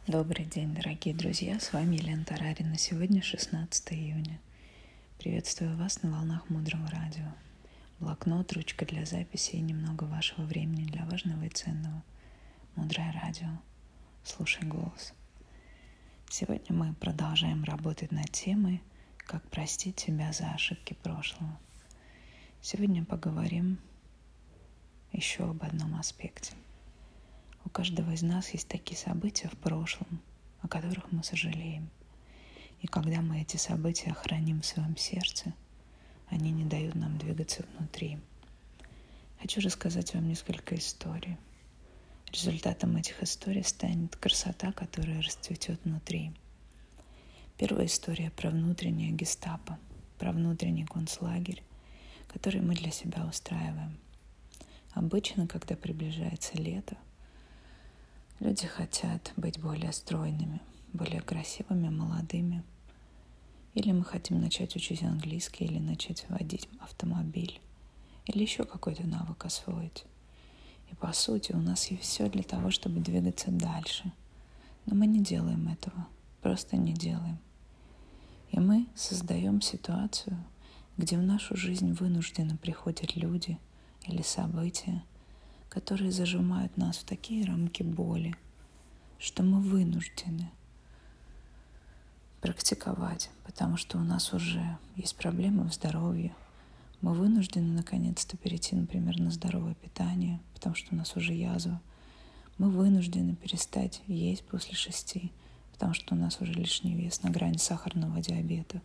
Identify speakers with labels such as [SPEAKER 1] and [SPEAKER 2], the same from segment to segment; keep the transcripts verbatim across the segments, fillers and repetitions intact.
[SPEAKER 1] Добрый день, дорогие друзья, с вами Елена Тарарина. Сегодня шестнадцатое июня. Приветствую вас на волнах Мудрого радио. Блокнот, ручка для записи и немного вашего времени для важного и ценного. Мудрое радио. Слушай голос. Сегодня мы продолжаем работать над темой «Как простить себя за ошибки прошлого». Сегодня поговорим еще об одном аспекте. У каждого из нас есть такие события в прошлом, о которых мы сожалеем. И когда мы эти события храним в своем сердце, они не дают нам двигаться внутри. Хочу рассказать вам несколько историй. Результатом этих историй станет красота, которая расцветет внутри. Первая история про внутреннее гестапо, про внутренний концлагерь, который мы для себя устраиваем. Обычно, когда приближается лето, люди хотят быть более стройными, более красивыми, молодыми. Или мы хотим начать учить английский, или начать водить автомобиль, или еще какой-то навык освоить. И по сути у нас есть все для того, чтобы двигаться дальше. Но мы не делаем этого, просто не делаем. И мы создаем ситуацию, где в нашу жизнь вынужденно приходят люди или события, которые зажимают нас в такие рамки боли, что мы вынуждены практиковать, потому что у нас уже есть проблемы в здоровье. Мы вынуждены наконец-то перейти, например, на здоровое питание, потому что у нас уже язва. Мы вынуждены перестать есть после шести, потому что у нас уже лишний вес на грани сахарного диабета.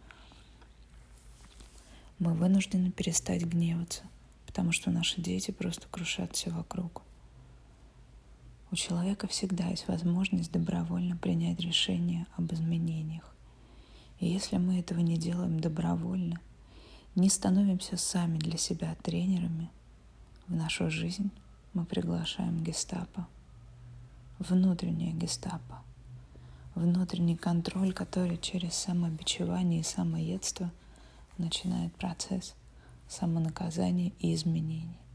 [SPEAKER 1] Мы вынуждены перестать гневаться, потому что наши дети просто крушат все вокруг. У человека всегда есть возможность добровольно принять решение об изменениях. И если мы этого не делаем добровольно, не становимся сами для себя тренерами, в нашу жизнь мы приглашаем гестапо, внутреннее гестапо, внутренний контроль, который через самобичевание и самоедство начинает процесс самонаказания и изменений.